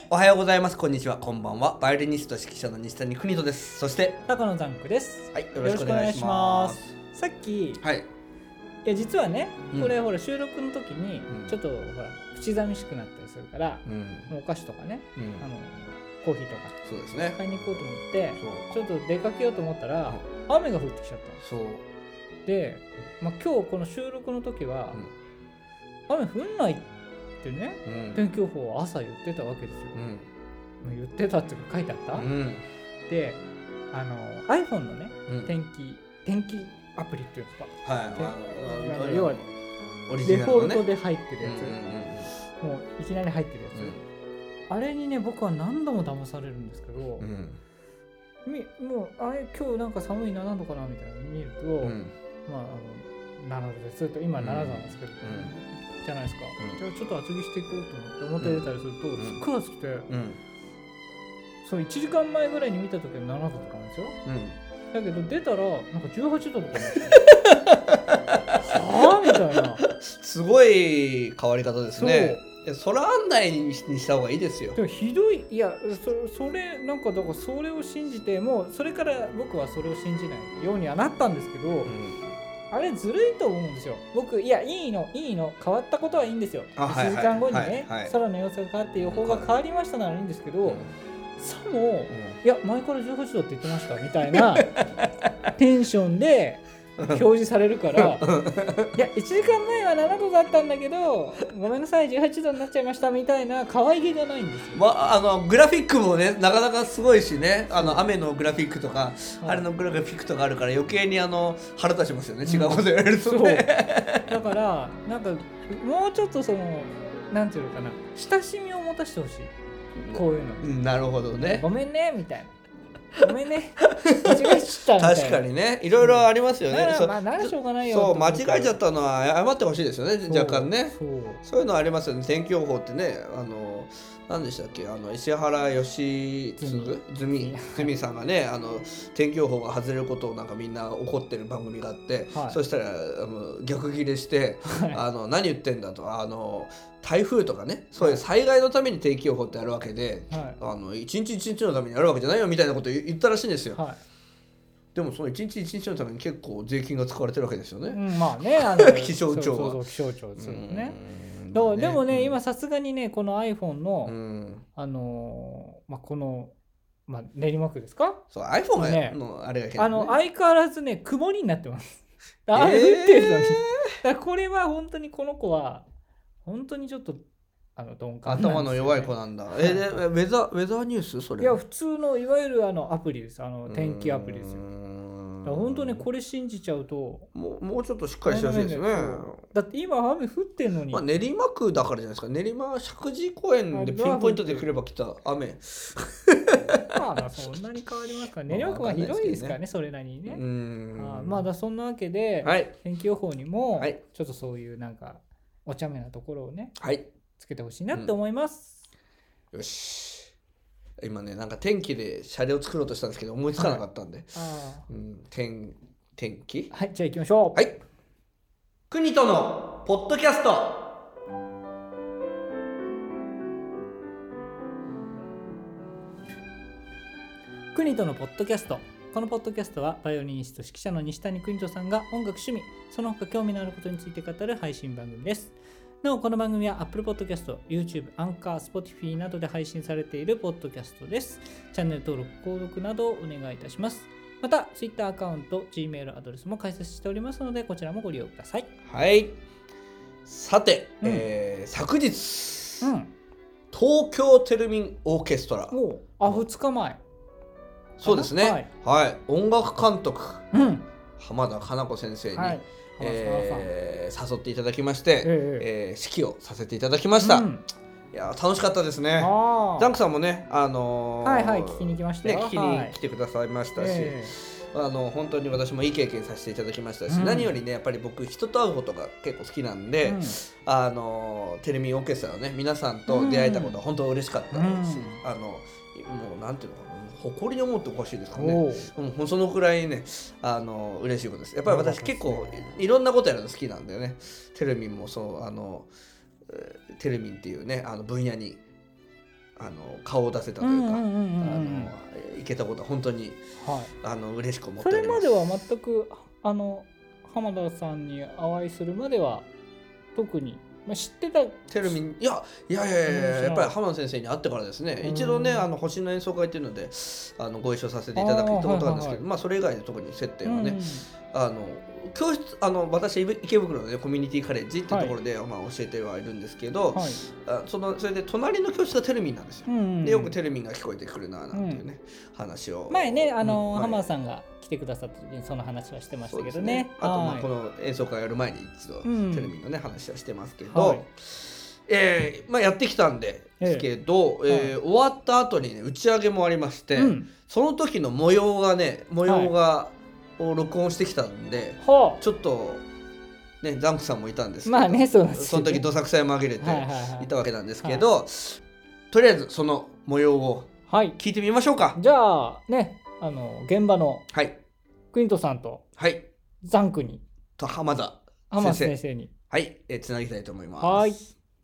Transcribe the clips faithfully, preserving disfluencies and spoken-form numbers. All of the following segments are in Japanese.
おはようございます。こんにちは。こんばんは。バイオリニスト指揮者の西谷邦人です。そして高野ザンクです。 はい、よろしくお願いします。 さっき、 はい。 いや実はね、 うん、 これほら収録の時にうん、 ちょっとほら口寂しくなったりするから、 うん、 もうお菓子とかね、 うん、 あのコーヒーとかそうですね。 買いに行こうと思ってちょっと出かけようと思ったら、うん、雨が降ってきちゃったの。そうで、まあ、今日この収録の時は、うん、雨降んないってね、うん、天気予報は朝言ってたわけですよ、うん、言ってたっていうか書いてあった、うん、であの iPhone のね、うん、天気天気アプリっていうんですか、はい、あの要はデフォルトで入ってるやつ、うんうんうん、もういきなり入ってるやつ、うん、あれにね僕は何度も騙されるんですけど、うん、みもうあれ今日なんか寒いな何度かなみたいなの見ると、うん、まああのななどですと今ななどなんですけど、うん、じゃないですか、うん、じゃあちょっと厚着していこうと思って表出たりすると、うん、すっごい暑くて、うん、そういちじかんまえぐらいに見た時はななどとかなんですよ、うん、だけど出たらなんかじゅうはちどとかになってはぁみたいなすごい変わり方ですね。空案内にした方がいいですよ。 でもひどい、いや そ, それなんかだからそれを信じてもうそれから僕はそれを信じないようにはなったんですけど、うん、あれずるいと思うんですよ。僕いやいいのいいの変わったことはいいんですよ。いちじかんごにね、はいはいはい、空の様子が変わって予報が変わりましたならいいんですけど、うん、さも、うん、いや前からじゅうはちどって言ってましたみたいなテンションで表示されるからいやいちじかんまえはななどだったんだけどごめんなさいじゅうはちどになっちゃいましたみたいな可愛げがないんですよ、 まあ、あのグラフィックもねなかなかすごいしね、あの雨のグラフィックとか、はい、あれのグラフィックとかあるから余計にあの腹立ちますよね、違うこと言われるとね、 うん、だからなんかもうちょっとそのなんていうのかな親しみを持たせてほしい、こういうの、 うん、なるほどね、 ごめんねみたいなごめんね間違えちゃったみたいな。 確かにねいろいろありますよね、 うん、まあならしょうがないよ。 そう間違えちゃったのは謝ってほしいですよね、若干ね。そう、そういうのありますよね。天気予報ってね、あの何でしたっけ、あの石原良純純さんがね、あの天気予報が外れることをなんかみんな怒ってる番組があって、はい、そしたらあの逆ギレして、はい、あの何言ってんだと、あの台風とかね、そういう災害のために天気予報ってあるわけで、はい、あの一日一日のためにあるわけじゃないよみたいなことを言ったらしいんですよ、はい、でもその一日一日のために結構税金が使われてるわけですよね、うん、 まあね、あの気象庁はそうそうそう気象庁ですよね。だからでもね、うん、今さすがにねこの iPhone の、うん、あのー、まあこのまあ練馬区ですか？ そう iPhone がねのあれが、ね、 あの相変わらずね曇りになってます。あれ降ってるのに、だからこれは本当にこの子は本当にちょっとあの鈍感なんですよね、 頭の弱い子なんだ。えでウェザーウェザーニュースそれ？ いや普通のいわゆるあのアプリです。あの天気アプリですよ。だから本当にこれ信じちゃうともう、もうちょっとしっかりしてほしいですよね。 だって今雨降ってんのに、 まあ、練馬区だからじゃないですか。練馬石神井公園でピンポイントで来れば来た雨まあそんなに変わりますから練馬区は広いですからね、それなりにね。うんあまあだそんなわけで、はい、天気予報にもちょっとそういうなんかお茶目なところをね、はい、つけてほしいなって思います、 うん、よし今ねなんか天気で車両作ろうとしたんですけど思いつかなかったんで、はい、あうん、天, 天気はいじゃあ行きましょう。 はい国とのポッドキャスト。 国とのポッドキャスト。このポッドキャストはバイオリニスト指揮者の西谷邦人さんが音楽趣味その他興味のあることについて語る配信番組です。なおこの番組は Apple Podcast、YouTube、Anchor、Spotify などで配信されているポッドキャストです。チャンネル登録、購読などをお願いいたします。また Twitter アカウント、Gmail アドレスも開設しておりますのでこちらもご利用ください。 はい。さて、うんえー、昨日、うん、東京テルミンオーケストラ。 おあ、ふつかまえ。 そうですね。はい。はい、音楽監督、うん、浜田加奈子先生に、はいえー、誘っていただきまして、えーえー、指揮をさせていただきました、うん、いや楽しかったですね。ザンクさんもね、あのー、 はいはい聞きに来ましたよ、 ね、聞きに来てくださいましたし、はいえー、あの本当に私もいい経験させていただきましたし、うん、何よりねやっぱり僕人と会うことが結構好きなんで、うん、あのテレビオーケストラのね皆さんと出会えたことは本当嬉しかったし、うん、あのもうなんていうのかな誇りに思っておかしいですからね、うん、そのくらいねあの嬉しいことです。やっぱり私結構いろんなことやるの好きなんだよね。テレビもそうあのテレビっていうねあの分野にあの顔を出せたというか、いけたことは本当に、はい、あの嬉しく思っております。 それまでは全くあの浜田さんにお会いするまでは特に、まあ、知ってたテルミンいやいやいやいややっぱり浜田先生に会ってからですね、うん、一度ねあの星の演奏会っていうのであのご一緒させていただくことがあるんですけど、はいはいはい、まあそれ以外で特に接点はね、うん、あの教室あの私池袋の、ね、コミュニティカレッジっていうところで、はいまあ、教えてはいるんですけど、はい、あそのそれで隣の教室がテルミンなんですよ、うんうん、でよくテルミンが聞こえてくるななんていうね、うん、話を前ねあの、うん、浜田さんが来てくださった時にその話はしてましたけど ね, ねあとまあこの演奏会やる前に一度、うん、テルミンのね話はしてますけど、はいえーまあ、やってきたんですけど、えーえー、終わった後にね打ち上げもありまして、うん、その時の模様がね模様が、はいを録音してきたんで、はあ、ちょっとねザンクさんもいたんですけど、まあね、そうなんですね、その時どさくさに紛れていたわけなんですけど、はいはいはい、とりあえずその模様を聞いてみましょうか。 はい、じゃあねあの現場のクリントさんと、はい、ザンクにと浜田浜田先生にはい、えー、つなぎたいと思います。 はい。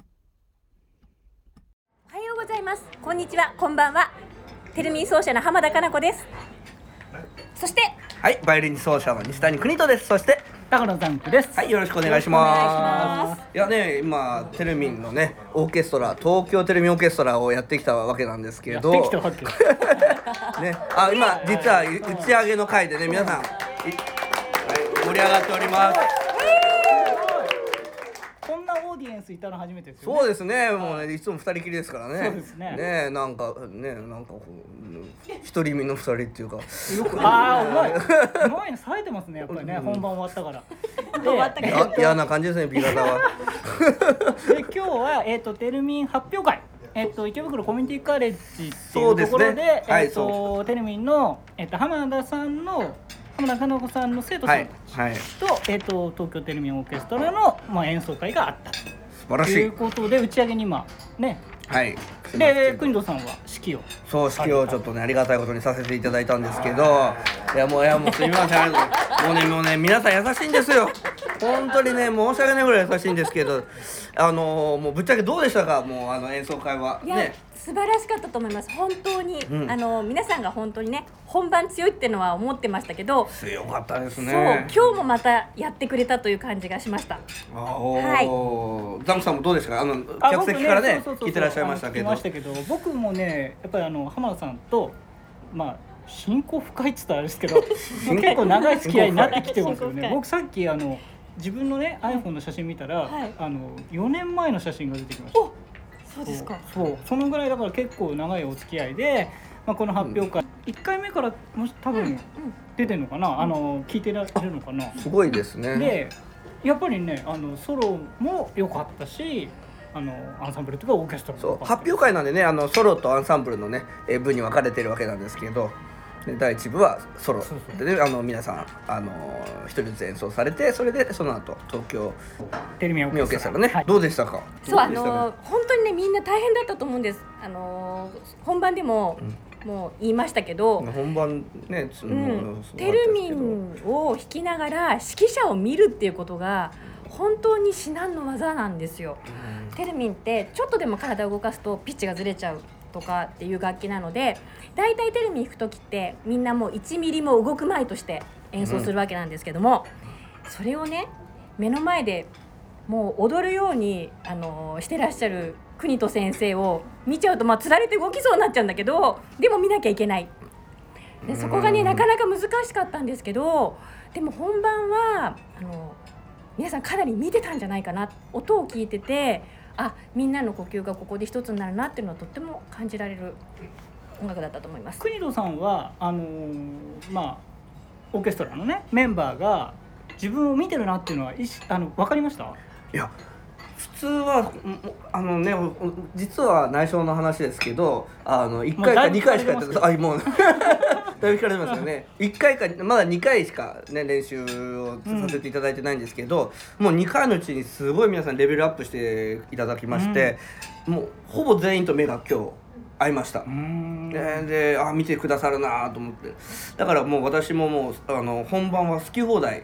おはようございます。こんにちは。こんばんは。テルミン奏者の浜田加奈子です。そしてはいバイオリン奏者の西谷邦人です。そして高野ザンクです。 はいよろしくお願いします。いやね今テルミンのねオーケストラ東京テルミンオーケストラをやってきたわけなんですけどやってきたわけねあ今実は打ち上げの回でね皆さん、はい、盛り上がっております。 こんなオーディエンスいたの初めてですよね。 そうですねもうねいつも二人きりですからね。 そうですね。 ねなんかねなんかこう一人身の二人っていうか。 ああうまい。うまいの冴えてますねやっぱりね、うん、本番終わったから。 終わったから。嫌な感じですね B 型は。 で今日はえっ、ー、とテルミン発表会。えっと、池袋コミュニティカレッジっていうところで、ねえっとはい、テルミンの、えっと、浜田さんの浜田加奈子さんの生徒さんたちと、はいはいえっと、東京テルミンオーケストラの、まあ、演奏会があった素晴らしいということで打ち上げに今ねはいで邦人さんは指揮をそう指揮をちょっとねありがたいことにさせていただいたんですけどいやもういやもうすみませんもうねもうね皆さん優しいんですよ本当にね申し訳ないぐらい優しいんですけどあのー、もうぶっちゃけどうでしたかもうあの演奏会は。 いや、ね、素晴らしかったと思います本当に、うん、あの皆さんが本当にね本番強いってのは思ってましたけど強かったですね。 そう今日もまたやってくれたという感じがしました。 あはい、ザムさんもどうですかあの客席からね聞いてらっしゃいましたけど。 聞きましたけど僕もねやっぱりあの浜田さんとまあ親交深いって言ったらあれですけど結構長い付き合いになってきてますよね。僕さっきあの自分のね iPhone の写真見たら、はい、あのよねんまえの写真が出てきました。 そうですか。 そう、そのぐらいだから結構長いお付き合いで、まあ、この発表会、うん、いっかいめからもし多分出てるのかな、うん、あの聞いてられるのかな。 すごいですね。 でやっぱりねあのソロも良かったしあのアンサンブルとかオーケストラもそう発表会なんでねあのソロとアンサンブルのね部に分かれてるわけなんですけどでだいいち部はソロで、ね、あの皆さんあの一人ずつ演奏されてそれでその後東京テルミンオーケストラね、はい、どうでしたか。 そうあの本当にねみんな大変だったと思うんです。あの本番でも、うん、もう言いましたけど本番ね、 うん、テルミンを弾きながら指揮者を見るっていうことが本当に至難の技なんですよ、うん、テルミンってちょっとでも体を動かすとピッチがずれちゃうとかっていう楽器なのでだいたいテルミン弾く時ってみんなもういちミリも動くまいとして演奏するわけなんですけども、うん、それをね目の前でもう踊るようにあのしてらっしゃる邦人先生を見ちゃうとまあつられて動きそうになっちゃうんだけどでも見なきゃいけないでそこがねなかなか難しかったんですけどでも本番はあの皆さんかなり見てたんじゃないかな音を聞いててあみんなの呼吸がここで一つになるなっていうのはとっても感じられる音楽だったと思います。 邦人さんはあのー、まあオーケストラのねメンバーが自分を見てるなっていうのはあの分かりました？ いや普通はあのね実は内緒の話ですけどあのいっかいかにかいしかやってないあもうだいぶ聞かれてますよねいっかいかまだにかいしか、ね、練習をさせていただいてないんですけど、うん、もうにかいのうちにすごい皆さんレベルアップしていただきまして、うん、もうほぼ全員と目が今日合いました。で, であ見てくださるなと思ってだからもう私ももうあの本番は好き放題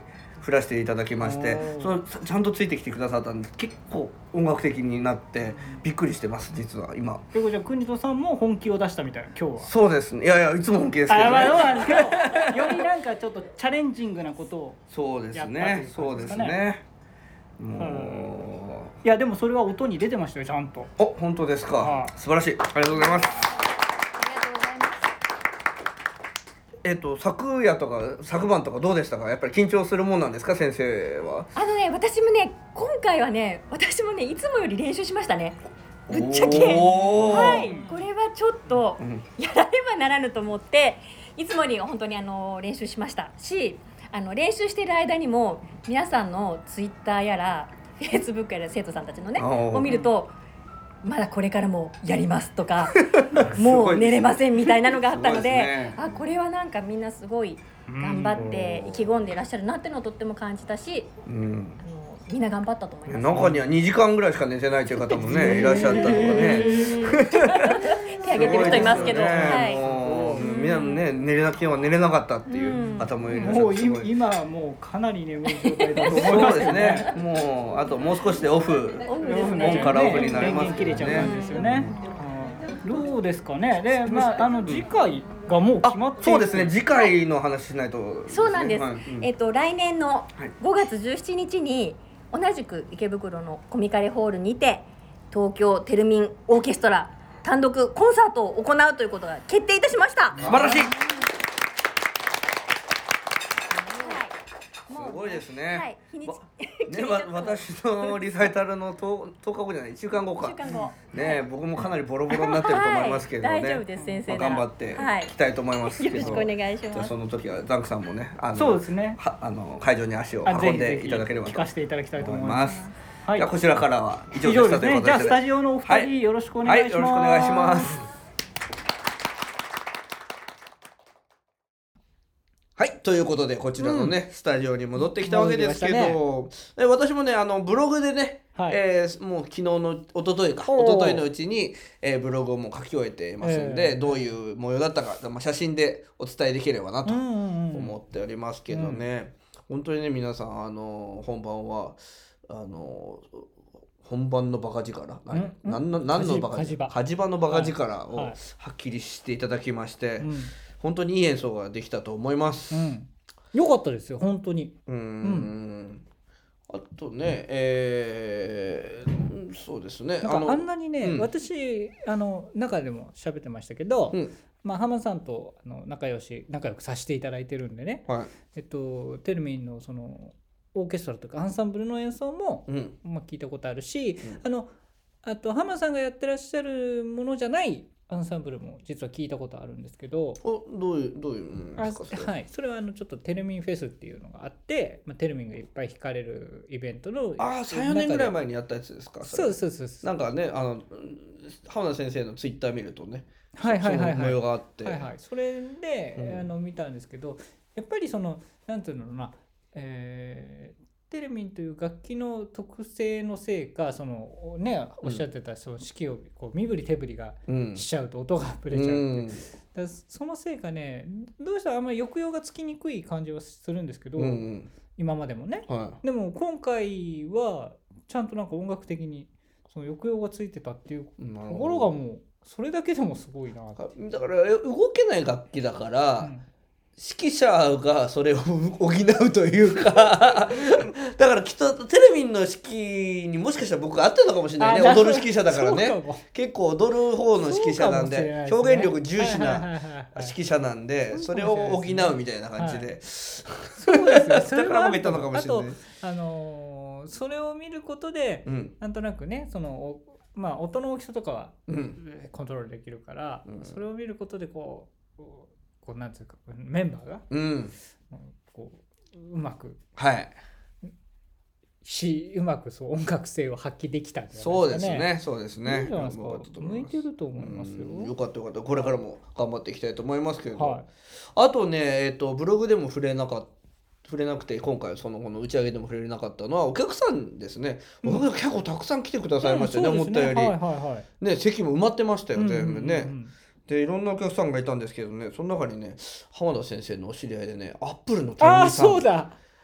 振らせていただきまして、そのちゃんとついてきてくださったんで結構音楽的になってびっくりしてます実は今。 ということで国戸さんも本気を出したみたいな今日は。 そうですね。いやいやいつも本気ですけどね。 あ、まあそうなんですけどよりなんかちょっとチャレンジングなことをそうですね。そうですね。もういやでもそれは音に出てましたよちゃんと。 お本当ですか、はあ、素晴らしい、ありがとうございます。えっと昨夜とか昨晩とかどうでしたか。やっぱり緊張するもんなんですか先生は。 あのね私もね今回はね私もねいつもより練習しましたねぶっちゃけ。はい、これはちょっとやらねばならぬと思っていつもより本当にあの練習しましたし、あの練習している間にも皆さんのツイッターやらフェイスブックやら生徒さんたちのねを見るとまだこれからもやりますとかもう寝れませんみたいなのがあったので、ね、あこれはなんかみんなすごい頑張って意気込んでいらっしゃるなっていうのをとっても感じたし、うん、あのみんな頑張ったと思います。 中にはにじかんぐらいしか寝てないという方もねいらっしゃったとかね手挙げてる人いますけど、 ね、 はい、 もうみんなね寝れなくては寝れなかったっていう方もいらっしゃって、 もう今はもうかなり眠い状態だと思います。 そうですね。もうあともう少しでオフオンからオフになりますけどね。電源切れちゃう感じですよね。どうですかね。で、まああの次回がもう決まっている。 そうですね。次回の話しないと。 そうなんです。はい、えっと来年のごがつじゅうしちにちに同じく池袋のコミカレホールにて東京テルミンオーケストラ単独コンサートを行うということが決定いたしました。 素晴らしい。すごいですね。はい、日にちね、わ私のリサイタルのとおかごじゃないいっしゅうかんごか。いっしゅうかんごね、僕もかなりボロボロになってると思いますけどね。 はい、大丈夫です先生。 まあ、頑張っていきたいと思いますけど。 よろしくお願いします。 じゃあその時はザンクさんもね、 あのそうですね。 はあの会場に足を運んでいただければと聞かせていただきたいと思います。 はい。じゃあこちらからは以上でしたということで。 じゃあスタジオのお二人よろしくお願いします。 はい、よろしくお願いします。はい、ということでこちらのね、うん、スタジオに戻ってきたわけですけど、ね、私もねあのブログでね、はい、えー、もう昨日の一昨日か一昨日のうちに、えー、ブログをもう書き終えてますんで、えー、どういう模様だったか、まあ、写真でお伝えできればなと思っておりますけどね、うん、本当にね皆さんあの本番はあの本番のバカ力何、何の何のバカ力火事場のバカ力をはっきりしていただきまして、うん、本当にいい演奏ができたと思います。 うん、よかったですよ本当に。 うん、うん、あとね、えー、そうですね。 なんかあんなにね、うん、私あの中でも喋ってましたけど、うん、まあ浜さんとあの仲良し仲良くさせていただいてるんでね。はい、えっとテルミンのそのオーケストラとかアンサンブルの演奏も、うんまあ、聞いたことあるし、うん、あのあと浜さんがやってらっしゃるものじゃないアンサンブルも実は聞いたことあるんですけど、 おどういうどういうんですかそれ。 はい、それはあのちょっとテルミンフェスっていうのがあって、まあ、テルミンがいっぱい弾かれるイベントのああさんよねんぐらい前にやったやつですか。 そうそうそうそう。 なんかねあの浜田先生のツイッター見るとね、 はいはいはいはい、 その模様があって、 はいはい、それで、うん、あの見たんですけど、やっぱりそのなんていうのかな、えーテルミンという楽器の特性のせいかそのねおっしゃってたその指揮をこう身振り手振りがしちゃうと音がぶれちゃうって、うん、だそのせいかねどうしてもあんまり抑揚がつきにくい感じはするんですけど、うん、今までもね、はい、でも今回はちゃんとなんか音楽的にその抑揚がついてたっていうところがもうそれだけでもすごいな。 だから動けない楽器だから、うん指揮者がそれを補うというかだからきっとテレビの指揮にもしかしたら僕合ってるのかもしれないね。踊る指揮者だからね結構踊る方の指揮者なんで、ね、表現力重視な指揮者なんでそれを補うみたいな感じで、はい、 そうですよ。それだから僕言ったのかもしれない。 あと、あのー、それを見ることで、うん、なんとなくねそのまあ音の大きさとかはコントロールできるから、うん、それを見ることでこうこうなんていうかメンバーが、うん、こううまく、 はい、 しうまくそう音楽性を発揮できたんじゃないですかね。 そうですね、そうですね。 いいじゃないですか。向いてると思いますよ。 よかったよかった。これからも頑張っていきたいと思いますけど、はい、あとね、えっとブログでも触れなかった。触れなくて今回そのこの打ち上げでも触れなかったのはお客さんですね、うん、お客さん結構たくさん来てくださいましたね、うん、思ったより、はいはいはい、ね、席も埋まってましたよ、うん、全部ね、うんうんうん、でいろんなお客さんがいたんですけどね、その中にね浜田先生のお知り合いでねアップルのテルミンさん、 あそうだ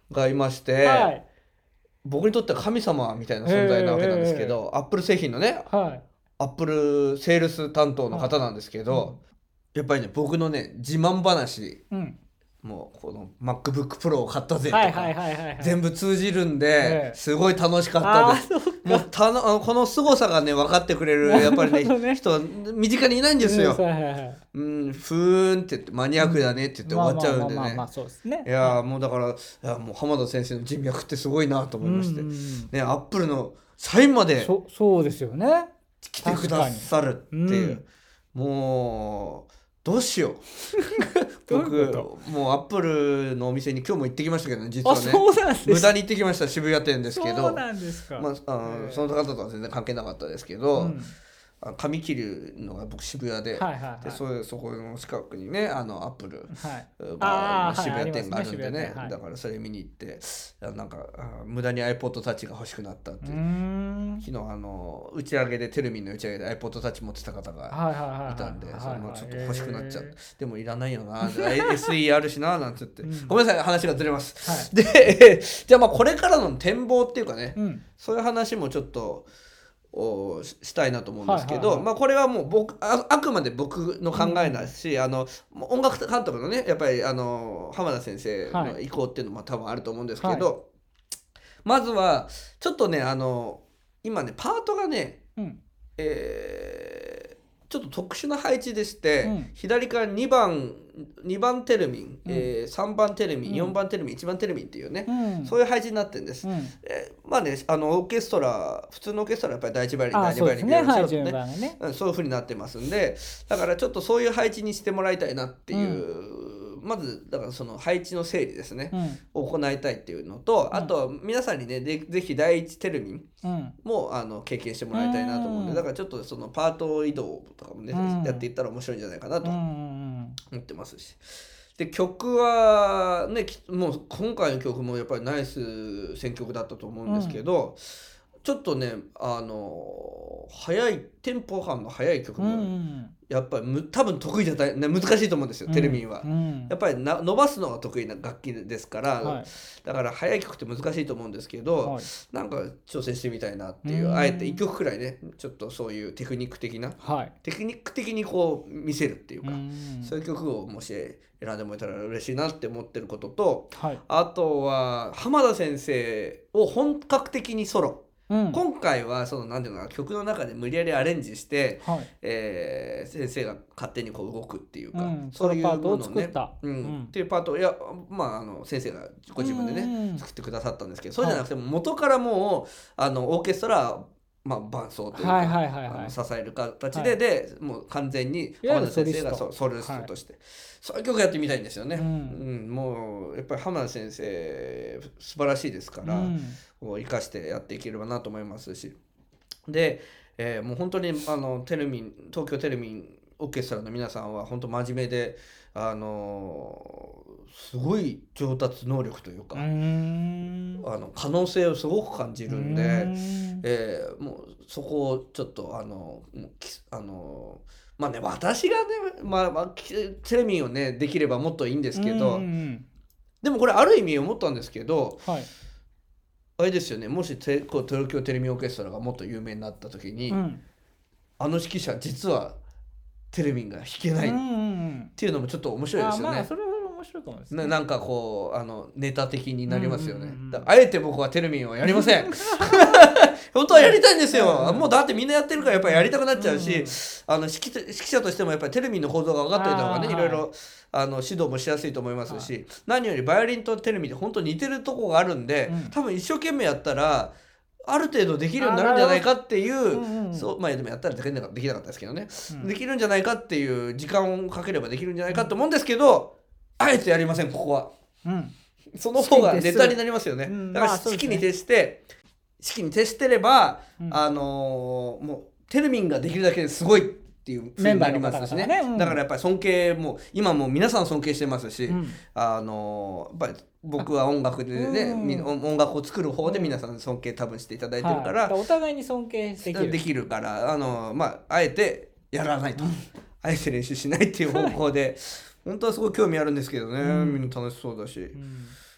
がいまして、 はい、 僕にとっては神様みたいな存在なわけなんですけど、アップル製品のね、 はい、 アップルセールス担当の方なんですけど、はい、やっぱりね僕のね自慢話、うん、もうこの MacBook Pro を買ったぜとか全部通じるんで、すごい楽しかったです。もうたのこの凄さがね分かってくれるやっぱり ね, ね人は身近にいないんですよ。うん、ふーんって言ってマニアックだねって言って終わっちゃうんでね。いやもうだからいやもう浜田先生の人脈ってすごいなと思いまして、うんうん、ねアップルの社員までそそうですよね来てくださるっていう、うん、もうどうしよう僕もうアップルのお店に今日も行ってきましたけどね、実はね。 そうなんです無駄に行ってきました。渋谷店ですけど、 そうなんですか、 まあ、あその方とは全然関係なかったですけど、うん、髪切るのが僕渋谷 で,、はいはいはい、で そ, そこの近くにねあのアップルが渋谷店があるんでね、はい、だからそれ見に行ってなんか無駄に iPod Touch が欲しくなったっていう、うーん昨日あの打ち上げでテルミンの打ち上げで iPod Touch 持ってた方がいたんで、それもちょっと欲しくなっちゃって、でもいらないよなエスイー あるしななんて言って、うん、ごめんなさい話がずれます、はい、でじゃあまあこれからの展望っていうかね、うん、そういう話もちょっとをしたいなと思うんですけど、はいはいはい、まあ、これはもう僕 あ, あくまで僕の考えだし、うん、あの音楽監督のねやっぱりあの浜田先生の意向っていうのも多分あると思うんですけど、はい、まずはちょっとねあの今ねパートがね、うんえー、ちょっと特殊な配置でして、うん、左からにばんにばんテルミン、うんえー、さんばんテルミン、うん、よんばんテルミンいちばんテルミンっていうね、うん、そういう配置になってるんです、うんえー、まあねあのオーケストラ普通のオーケストラやっぱり第一バイオリン第二バイオリンビオラチェロとね、ね、そういう風になってますんで、だからちょっとそういう配置にしてもらいたいなっていう、うん、まずだからその配置の整理ですね、うん、を行いたいっていうのと、あと皆さんにねでぜひ第一テルミンも、うん、あの経験してもらいたいなと思うんで、だからちょっとそのパート移動とかもね、うん、やっていったら面白いんじゃないかなと思ってますし、で曲はねもう今回の曲もやっぱりナイス選曲だったと思うんですけど、うん、ちょっとねあの速いテンポ感の速い曲もやっぱりむ多分得意じゃない、ね、難しいと思うんですよ、うん、テルミンは、うん、やっぱりな伸ばすのが得意な楽器ですから、はい、だから速い曲って難しいと思うんですけど、はい、なんか挑戦してみたいなっていう、うん、あえていっきょくくらいねちょっとそういうテクニック的な、はい、テクニック的にこう見せるっていうか、うん、そういう曲をもし選んでもらえたら嬉しいなって思ってることと、はい、あとは浜田先生を本格的にソロ、うん、今回はそのなんていうのか曲の中で無理やりアレンジして、はいえー、先生が勝手にこう動くっていうか、うん、そういうものをね、うんうん、っていうパートをいや、まあ、あの先生がご自分でね、うん、作ってくださったんですけど、そうじゃなくても元からもうあのオーケストラまあ、伴奏というか、はいはいはいはい、あの支える形で、はい、でもう完全に浜田先生がソリストとして、はい、そういう曲やってみたいんですよね、うんうん、もうやっぱり浜田先生素晴らしいですから、うん、生かしてやっていければなと思いますし、で、えー、もう本当にあのテレミン東京テレミンオーケストラの皆さんは本当真面目であのすごい上達能力というか、うーんあの可能性をすごく感じるんで、んえー、もうそこをちょっとあのあのまあね私がね、まあまあ、テレミンをねできればもっといいんですけど、でもこれある意味思ったんですけど、はい、あれですよね、もしてこう東京テレミンオーケストラがもっと有名になった時に、うん、あの指揮者実はテレミンが弾けないっていうのもちょっと面白いですよね。あ、まあそれは面白いかもですね。な, なんかこうあのネタ的になりますよね、うんうんうん、だからあえて僕はテレミンをやりません本当はやりたいんですよ、うん、もうだってみんなやってるからやっぱりやりたくなっちゃうし、うん、あの指揮、指揮者としてもやっぱりテレミンの構造が分かっておいた方がねいろいろあの指導もしやすいと思いますし、何よりバイオリンとテレミンって本当に似てるとこがあるんで、うん、多分一生懸命やったらある程度できるようになるんじゃないかっていう、うんうん、そうまあでもやったらできなかったですけどね、うん、できるんじゃないかっていう時間をかければできるんじゃないかと思うんですけど、あえてやりませんここは、うん、その方がネタになりますよね、うん、だから式に徹して式に徹してれば、うん、あのー、もうテルミンができるだけですごいっていう風になりますしね、ね、うん、だからやっぱり尊敬も今も皆さん尊敬してますし、うん、あのー、やっぱり僕は音楽でね、うん、音楽を作る方で皆さん尊敬多分していただいてるから、 はい、お互いに尊敬できるできるからあのー、まああえてやらないと、うん、あえて練習しないっていう方向で本当はすごい興味あるんですけどね、うん、みんな楽しそうだし、うん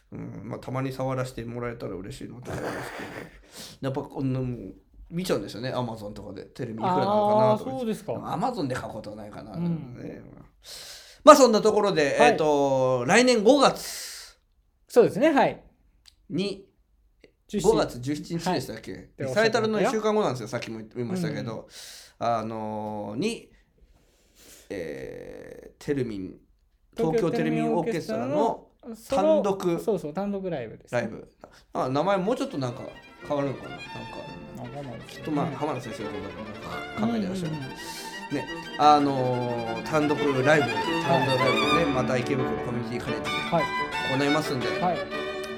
うんまあ、たまに触らせてもらえたら嬉しいなと思いますけどやっぱこんなもう見ちゃうんですよね、アマゾンとかでテレビいくらなのかなとか。 そうですか。 アマゾンで買うことはないかな、 うんね、まあそんなところで、はい、えーと来年ごがつそうですね、はいにごがつじゅうしちにちでしたっけ、はい、リサイタルのいっしゅうかんごなんですよ、さっきも言いましたけど、うん、あのー、に、えー、テルミン東京テルミンオーケストラの単独そうそう単独ライブです、 ね、ライブあ名前もうちょっとなんか変わるのかな、なんかきっとまあ浜田先生のこと考えてらっしゃる、うんうん、ねあのー、単独ライブ単独ライブね、また池袋コミュニティカレッジで行いますんで、はい、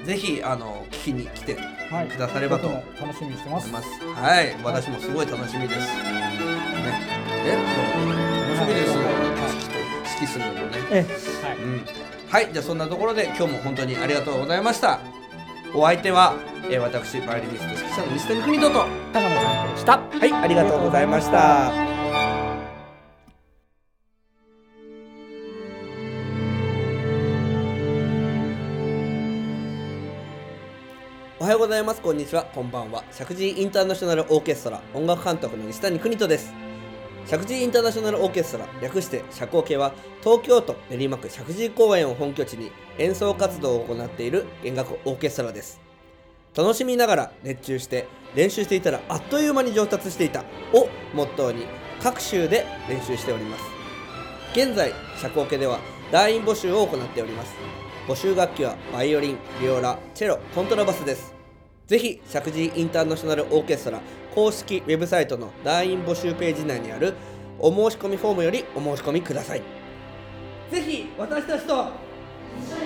ぜひあの聞きに来てくださればと、はい、 楽しみにしてます。 はい、私もすごい楽しみです。ね、え、楽しみです。指揮するのもね。はい、うん、はい、じゃあそんなところで今日も本当にありがとうございました。お相手は、えー、私バイオリニスト指揮者の西谷邦人と高野さんでした。 はい、ありがとうございました。おはようございます。こんにちは。こんばんは。石神井インターナショナルオーケストラ音楽監督の西谷邦人です。石神井インターナショナルオーケストラ略して石オケは東京都練馬区石神井公園を本拠地に演奏活動を行っている弦楽オーケストラです。楽しみながら熱中して練習していたらあっという間に上達していたをモットーに各州で練習しております。現在石オケでは団員募集を行っております。募集楽器はバイオリン、ビオラ、チェロ、コントラバスです。ぜひ石神井インターナショナルオーケストラ公式ウェブサイトの団員募集ページ内にあるお申し込みフォームよりお申し込みください。ぜひ私たちと